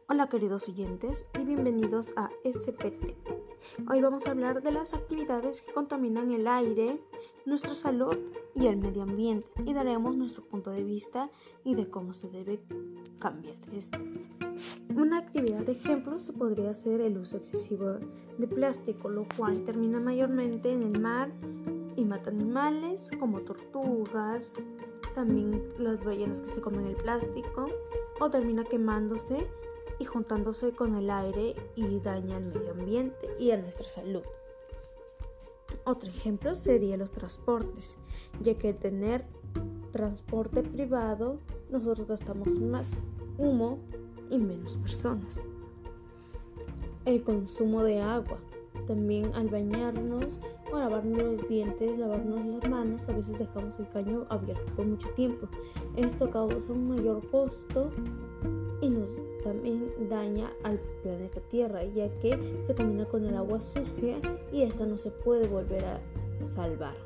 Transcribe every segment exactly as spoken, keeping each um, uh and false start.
Hola queridos oyentes y bienvenidos a S P T. Hoy vamos a hablar de las actividades que contaminan el aire, nuestra salud y el medio ambiente y daremos nuestro punto de vista y de cómo se debe cambiar esto. Una actividad de ejemplo se podría ser el uso excesivo de plástico, lo cual termina mayormente en el mar y mata animales como tortugas, también las ballenas que se comen el plástico, o termina quemándose y juntándose con el aire y daña al medio ambiente y a nuestra salud. Otro ejemplo sería los transportes, ya que al tener transporte privado nosotros gastamos más humo y menos personas. El consumo de agua, también al bañarnos o lavarnos los dientes, lavarnos las manos, a veces dejamos el caño abierto por mucho tiempo. Esto causa un mayor costo y nos también daña al planeta Tierra, ya que se combina con el agua sucia y esta no se puede volver a salvar.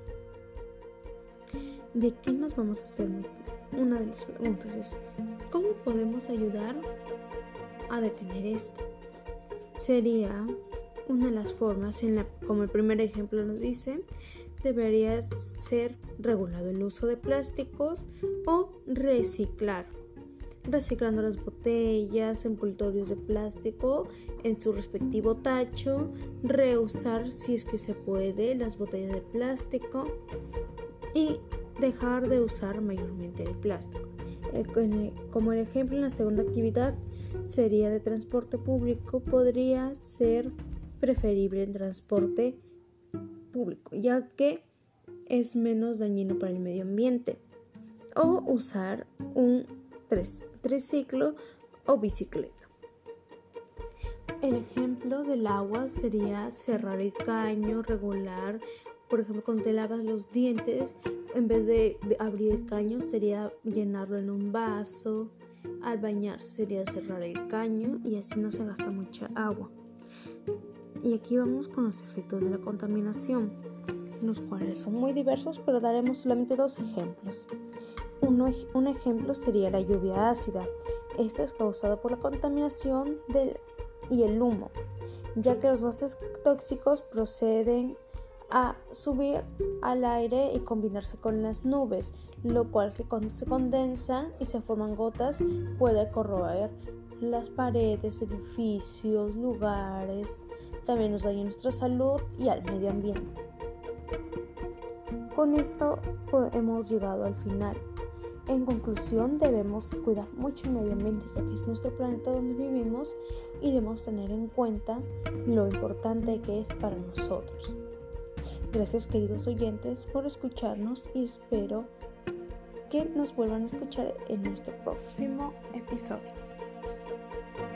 ¿De qué nos vamos a hacer? Una de las preguntas es, ¿cómo podemos ayudar a detener esto? Sería una de las formas, en la, como el primer ejemplo nos dice, debería ser regulado el uso de plásticos o reciclar. Reciclando las botellas, envoltorios de plástico en su respectivo tacho, reusar si es que se puede las botellas de plástico y dejar de usar mayormente el plástico. Como el ejemplo en la segunda actividad sería de transporte público, podría ser preferible el transporte público, ya que es menos dañino para el medio ambiente, o usar un triciclo o bicicleta. El ejemplo del agua sería cerrar el caño, regular. Por ejemplo, cuando te lavas los dientes, en vez de, de abrir el caño, sería llenarlo en un vaso. Al bañarse sería cerrar el caño y así no se gasta mucha agua. Y aquí vamos con los efectos de la contaminación, los cuales son muy diversos, pero daremos solamente dos ejemplos. Uno, un ejemplo sería la lluvia ácida. Esta es causada por la contaminación del, y el humo, ya que los gases tóxicos proceden a subir al aire y combinarse con las nubes, lo cual que cuando se condensan y se forman gotas puede corroer las paredes, edificios, lugares. También nos daña nuestra salud y al medio ambiente. Con esto hemos llegado al final. En conclusión, debemos cuidar mucho el medio ambiente, ya que es nuestro planeta donde vivimos y debemos tener en cuenta lo importante que es para nosotros. Gracias, queridos oyentes, por escucharnos y espero que nos vuelvan a escuchar en nuestro próximo episodio.